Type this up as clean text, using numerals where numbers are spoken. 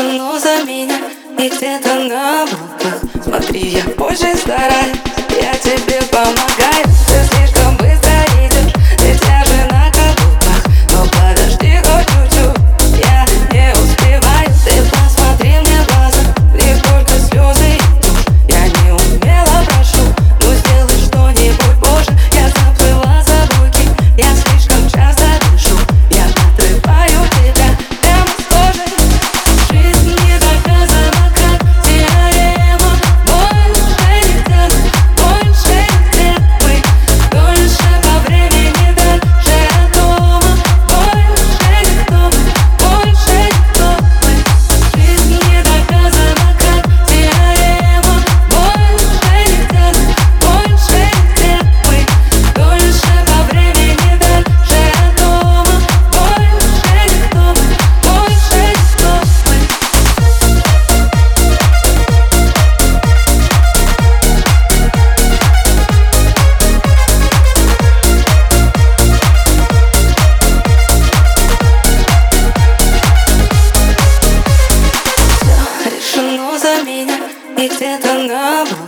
решено за меня. И где-то на облаках, смотри, я позже стараюсь, я тебе помогаю. Ты слишком быстро идешь, ведь я же на каблуках. Но подожди хоть чуть-чуть, я не успеваю. Ты посмотри мне в глаза, в них только слезы и тушь. Я не умело прошу, ну сделай что-нибудь, боже. Я заплыла за буки, я слишком часто дышу. Я отрываю тебя прямо с кожи. Жизнь не доказана, как теорема. Больше нельзя, больше нигде мы. Дольше по времени, дальше от дома. Больше никто мы, больше никто мы. Жизнь не доказана, как теорема. Больше нельзя, больше нигде мы. Дольше по времени, дальше от дома. Больше никто мы, больше никто мы. Решено за меня, и где-то на облаках